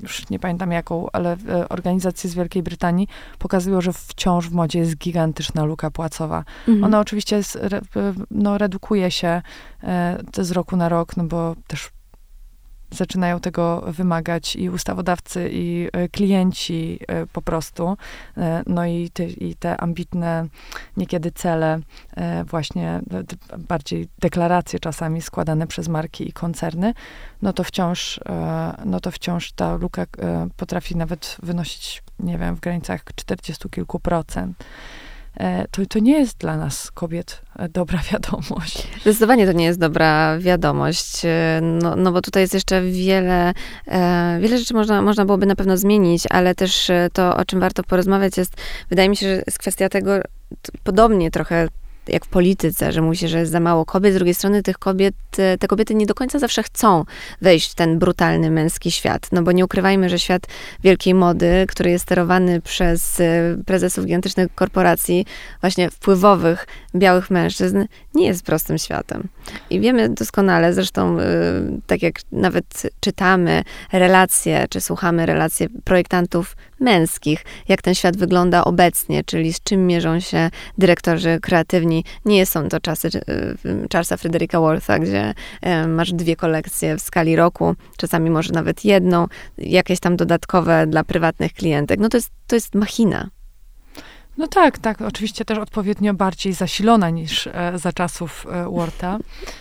już nie pamiętam jaką, ale organizacje z Wielkiej Brytanii pokazują, że wciąż w modzie jest gigantyczna luka płacowa. Ona oczywiście redukuje się z roku na rok, no bo też zaczynają tego wymagać i ustawodawcy, i klienci po prostu. No i te ambitne niekiedy cele, właśnie bardziej deklaracje czasami składane przez marki i koncerny, no to wciąż ta luka potrafi nawet wynosić, nie wiem, w granicach 40 kilku procent. To nie jest dla nas, kobiet, dobra wiadomość. Zdecydowanie to nie jest dobra wiadomość, no bo tutaj jest jeszcze wiele rzeczy można byłoby na pewno zmienić, ale też to, o czym warto porozmawiać wydaje mi się, że jest kwestia tego, podobnie trochę jak w polityce, że mówi się, że jest za mało kobiet. Z drugiej strony te kobiety nie do końca zawsze chcą wejść w ten brutalny męski świat. No bo nie ukrywajmy, że świat wielkiej mody, który jest sterowany przez prezesów gigantycznych korporacji, właśnie wpływowych, białych mężczyzn, nie jest prostym światem. I wiemy doskonale, zresztą tak jak nawet czytamy relacje, czy słuchamy relacje projektantów męskich, jak ten świat wygląda obecnie, czyli z czym mierzą się dyrektorzy kreatywni. Nie są to czasy Charlesa Frederica Wortha, gdzie masz 2 kolekcje w skali roku, czasami może nawet jedną, jakieś tam dodatkowe dla prywatnych klientek. No to jest machina. No tak, oczywiście też odpowiednio bardziej zasilona niż za czasów Wortha.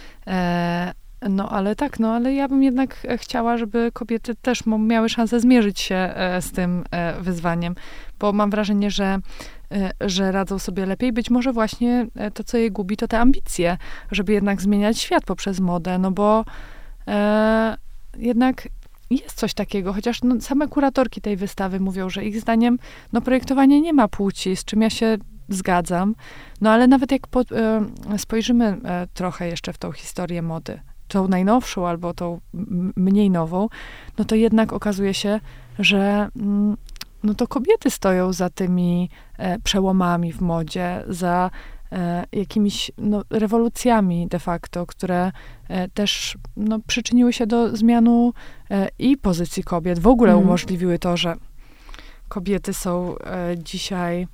Ale ja bym jednak chciała, żeby kobiety też miały szansę zmierzyć się z tym wyzwaniem, bo mam wrażenie, że radzą sobie lepiej. Być może właśnie to, co je gubi, to te ambicje, żeby jednak zmieniać świat poprzez modę, no bo jednak jest coś takiego, chociaż same kuratorki tej wystawy mówią, że ich zdaniem projektowanie nie ma płci, z czym ja się zgadzam, no ale nawet jak spojrzymy trochę jeszcze w tą historię mody, tą najnowszą albo tą mniej nową, no to jednak okazuje się, że to kobiety stoją za tymi przełomami w modzie, za jakimiś rewolucjami de facto, które też przyczyniły się do zmiany i pozycji kobiet. W ogóle umożliwiły to, że kobiety są dzisiaj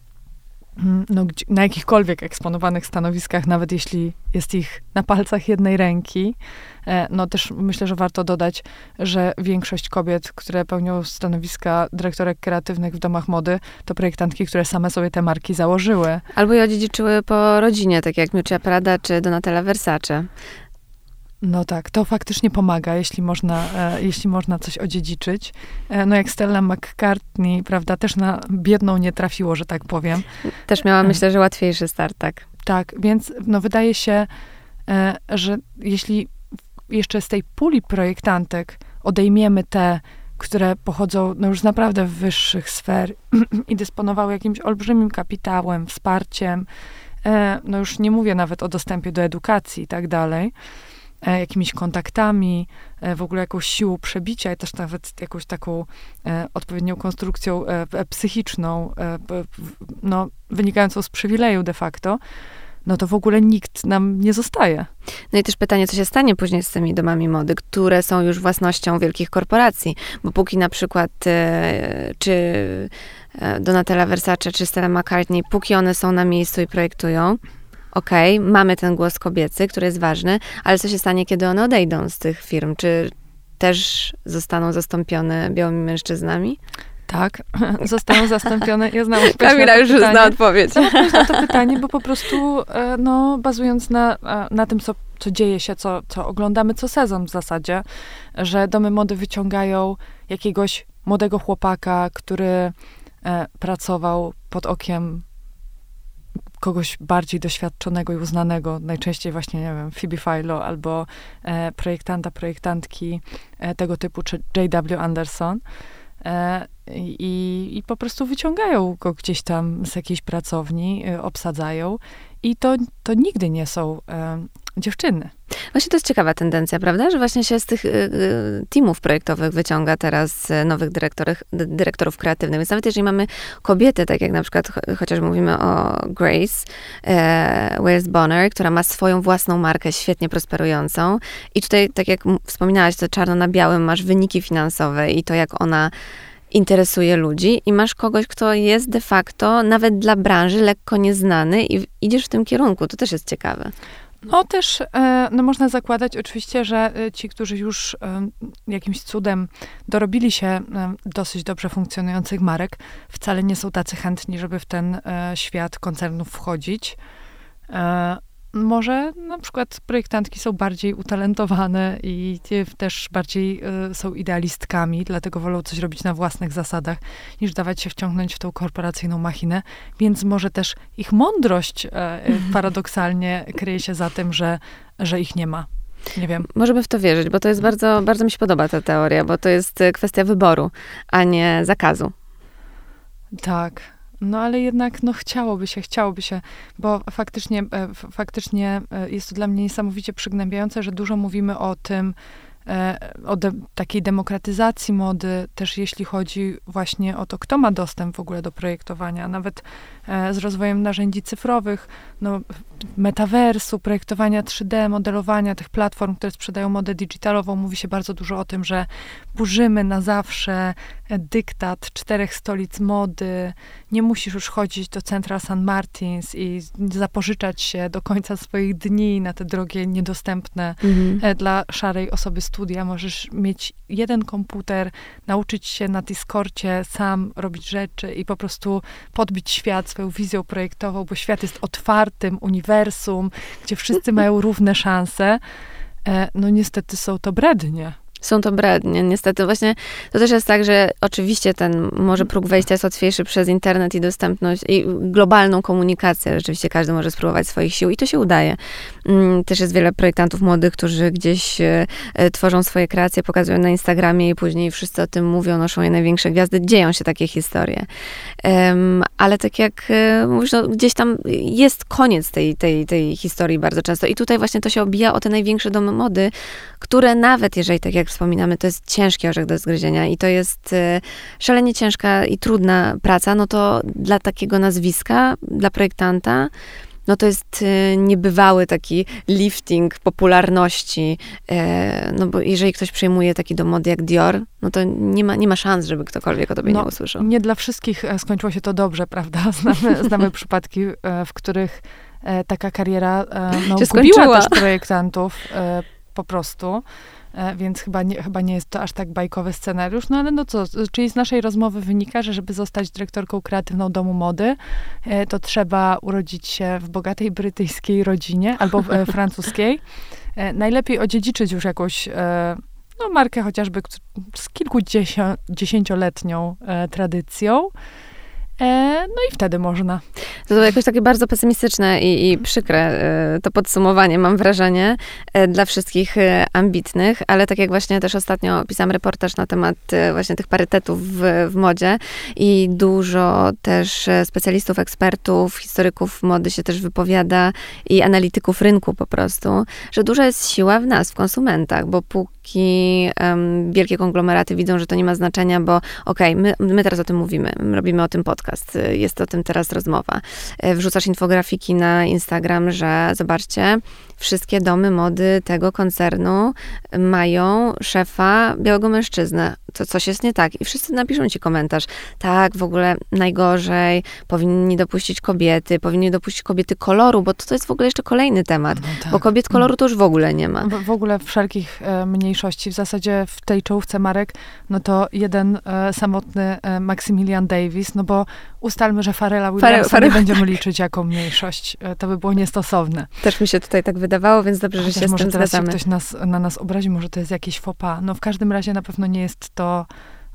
na jakichkolwiek eksponowanych stanowiskach, nawet jeśli jest ich na palcach jednej ręki. Też myślę, że warto dodać, że większość kobiet, które pełnią stanowiska dyrektorek kreatywnych w domach mody, to projektantki, które same sobie te marki założyły. Albo je odziedziczyły po rodzinie, tak jak Miuccia Prada czy Donatella Versace. No tak, to faktycznie pomaga, jeśli można coś odziedziczyć. Jak Stella McCartney, prawda, też na biedną nie trafiło, że tak powiem. Też miała, myślę, że łatwiejszy start, tak. Tak, więc wydaje się, że jeśli jeszcze z tej puli projektantek odejmiemy te, które pochodzą już z naprawdę wyższych sfer i dysponowały jakimś olbrzymim kapitałem, wsparciem, już nie mówię nawet o dostępie do edukacji i tak dalej, jakimiś kontaktami, w ogóle jakąś siłą przebicia i też nawet jakąś taką odpowiednią konstrukcją psychiczną, wynikającą z przywileju de facto, to w ogóle nikt nam nie zostaje. No i też pytanie, co się stanie później z tymi domami mody, które są już własnością wielkich korporacji, bo póki na przykład czy Donatella Versace, czy Stella McCartney, póki one są na miejscu i projektują, okej, mamy ten głos kobiecy, który jest ważny, ale co się stanie, kiedy one odejdą z tych firm? Czy też zostaną zastąpione białymi mężczyznami? Tak, zostaną zastąpione. Ja znam Kamila już zna odpowiedź. Na to pytanie, bo po prostu bazując na tym, co dzieje się, co oglądamy co sezon w zasadzie, że domy mody wyciągają jakiegoś młodego chłopaka, który pracował pod okiem kogoś bardziej doświadczonego i uznanego, najczęściej właśnie, nie wiem, Phoebe Philo albo projektantki tego typu, czy J.W. Anderson. I po prostu wyciągają go gdzieś tam z jakiejś pracowni, obsadzają i to nigdy nie są dziewczyny. Właśnie to jest ciekawa tendencja, prawda? Że właśnie się z tych teamów projektowych wyciąga teraz nowych dyrektorów kreatywnych. Więc nawet jeżeli mamy kobiety, tak jak na przykład chociaż mówimy o Grace Wales Bonner, która ma swoją własną markę świetnie prosperującą. I tutaj, tak jak wspominałaś, to czarno na białym masz wyniki finansowe i to, jak ona interesuje ludzi i masz kogoś, kto jest de facto nawet dla branży lekko nieznany i idziesz w tym kierunku. To też jest ciekawe. No też, no można zakładać oczywiście, że ci, którzy już jakimś cudem dorobili się dosyć dobrze funkcjonujących marek, wcale nie są tacy chętni, żeby w ten świat koncernów wchodzić. Może na przykład projektantki są bardziej utalentowane i też bardziej są idealistkami, dlatego wolą coś robić na własnych zasadach, niż dawać się wciągnąć w tą korporacyjną machinę. Więc może też ich mądrość paradoksalnie kryje się za tym, że ich nie ma. Nie wiem. Możemy w to wierzyć, bo to jest bardzo, bardzo mi się podoba ta teoria, bo to jest kwestia wyboru, a nie zakazu. Tak. No ale jednak, no chciałoby się, bo faktycznie jest to dla mnie niesamowicie przygnębiające, że dużo mówimy o tym, takiej demokratyzacji mody, też jeśli chodzi właśnie o to, kto ma dostęp w ogóle do projektowania, nawet z rozwojem narzędzi cyfrowych, no, metaversu, projektowania 3D, modelowania tych platform, które sprzedają modę digitalową, mówi się bardzo dużo o tym, że burzymy na zawsze dyktat 4 stolic mody, nie musisz już chodzić do Central St. Martins i zapożyczać się do końca swoich dni na te drogie, niedostępne dla szarej osoby studia. Możesz mieć jeden komputer, nauczyć się na Discordzie sam robić rzeczy i po prostu podbić świat swoją wizją projektową, bo świat jest otwartym uniwersum, gdzie wszyscy mają równe szanse. No niestety są to brednie. Są to brednie, niestety. Właśnie to też jest tak, że oczywiście ten może próg wejścia jest łatwiejszy przez internet i dostępność i globalną komunikację. Rzeczywiście każdy może spróbować swoich sił i to się udaje. Też jest wiele projektantów młodych, którzy gdzieś tworzą swoje kreacje, pokazują na Instagramie i później wszyscy o tym mówią, noszą je największe gwiazdy. Dzieją się takie historie. Ale tak jak mówisz, no, gdzieś tam jest koniec tej historii bardzo często. I tutaj właśnie to się obija o te największe domy mody, które nawet jeżeli, tak jak wspominamy, to jest ciężki orzech do zgryzienia i to jest szalenie ciężka i trudna praca, no to dla takiego nazwiska, dla projektanta, no to jest niebywały taki lifting popularności, no bo jeżeli ktoś przyjmuje taki dom mody jak Dior, no to nie ma szans, żeby ktokolwiek o tobie nie usłyszał. Nie dla wszystkich skończyło się to dobrze, prawda? Znamy przypadki, w których taka kariera gubiła też projektantów po prostu. Więc chyba nie jest to aż tak bajkowy scenariusz. No ale no co, czyli z naszej rozmowy wynika, że żeby zostać dyrektorką kreatywną domu mody, to trzeba urodzić się w bogatej brytyjskiej rodzinie albo francuskiej. Najlepiej odziedziczyć już jakąś markę chociażby z kilkudziesięcioletnią tradycją. No i wtedy można. To jakoś takie bardzo pesymistyczne i przykre to podsumowanie, mam wrażenie, dla wszystkich ambitnych, ale tak jak właśnie też ostatnio pisałam reportaż na temat właśnie tych parytetów w modzie i dużo też specjalistów, ekspertów, historyków mody się też wypowiada i analityków rynku po prostu, że duża jest siła w nas, w konsumentach, bo póki wielkie konglomeraty widzą, że to nie ma znaczenia, bo my teraz o tym mówimy, robimy o tym podcast, jest o tym teraz rozmowa. Wrzucasz infografiki na Instagram, że zobaczcie, wszystkie domy mody tego koncernu mają szefa białego mężczyznę. To coś jest nie tak. I wszyscy napiszą ci komentarz. Tak, w ogóle najgorzej, powinni dopuścić kobiety koloru, bo to jest w ogóle jeszcze kolejny temat. No tak. Bo kobiet koloru to już w ogóle nie ma. W ogóle wszelkich mniejszości. W zasadzie w tej czołówce marek, no to jeden samotny Maximilian Davis, no bo ustalmy, że Pharrella Williamsa nie będziemy liczyć jako mniejszość. To by było niestosowne. Też mi się tutaj tak wydawało, więc dobrze, że się z tym zgadzamy. Może teraz ktoś na nas obrazi, może to jest jakiś faux pas. No w każdym razie na pewno nie jest to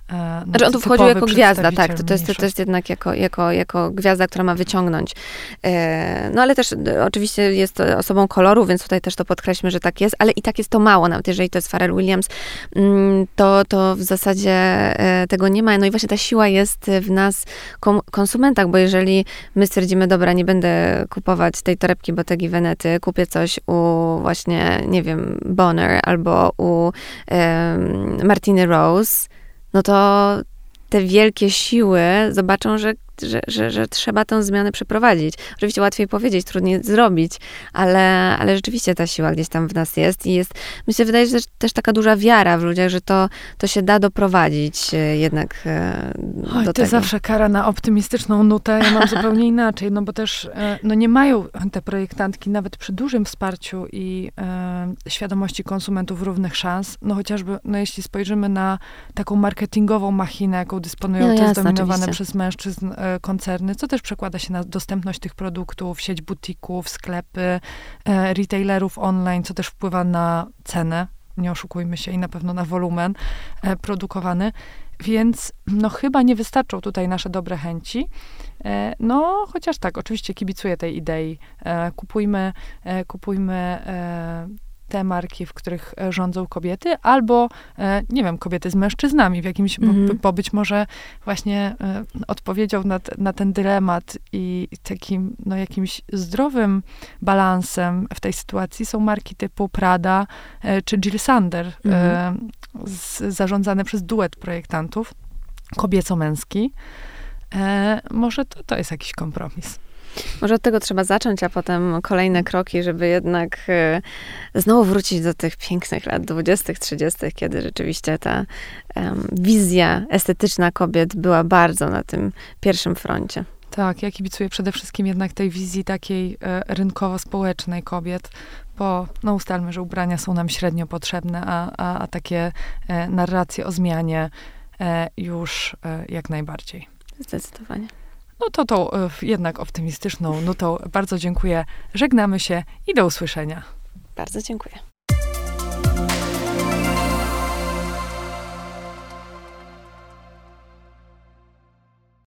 Znaczy on tu wchodził jako gwiazda, tak, to jest jednak jako gwiazda, która ma wyciągnąć. No ale też oczywiście jest osobą koloru, więc tutaj też to podkreślmy, że tak jest, ale i tak jest to mało, nawet jeżeli to jest Pharrell Williams, to w zasadzie tego nie ma. No i właśnie ta siła jest w nas, konsumentach, bo jeżeli my stwierdzimy, dobra, nie będę kupować tej torebki Bottegi Venety, kupię coś u właśnie, nie wiem, Bonner albo u Martiny Rose, no to te wielkie siły zobaczą, że trzeba tę zmianę przeprowadzić. Oczywiście łatwiej powiedzieć, trudniej zrobić, ale rzeczywiście ta siła gdzieś tam w nas jest i jest, myślę, wydaje się też taka duża wiara w ludziach, że to się da doprowadzić jednak do tego. To zawsze kara na optymistyczną nutę. Ja mam zupełnie inaczej, no bo też nie mają te projektantki nawet przy dużym wsparciu i świadomości konsumentów równych szans. No chociażby, jeśli spojrzymy na taką marketingową machinę, jaką dysponują te zdominowane przez mężczyzn koncerny, co też przekłada się na dostępność tych produktów, sieć butików, sklepy, retailerów online, co też wpływa na cenę, nie oszukujmy się, i na pewno na wolumen produkowany. Więc chyba nie wystarczą tutaj nasze dobre chęci. Chociaż tak, oczywiście kibicuję tej idei. Kupujmy te marki, w których rządzą kobiety, albo, nie wiem, kobiety z mężczyznami w jakimś, bo być może właśnie odpowiedzią na ten dylemat i takim, jakimś zdrowym balansem w tej sytuacji są marki typu Prada czy Jil Sander, zarządzane przez duet projektantów, kobieco-męski. Może to jest jakiś kompromis. Może od tego trzeba zacząć, a potem kolejne kroki, żeby jednak znowu wrócić do tych pięknych lat 20., 30., kiedy rzeczywiście ta wizja estetyczna kobiet była bardzo na tym pierwszym froncie. Tak, ja kibicuję przede wszystkim jednak tej wizji takiej rynkowo-społecznej kobiet, bo ustalmy, że ubrania są nam średnio potrzebne, a takie narracje o zmianie już jak najbardziej. Zdecydowanie. To jednak optymistyczną nutą bardzo dziękuję. Żegnamy się i do usłyszenia. Bardzo dziękuję.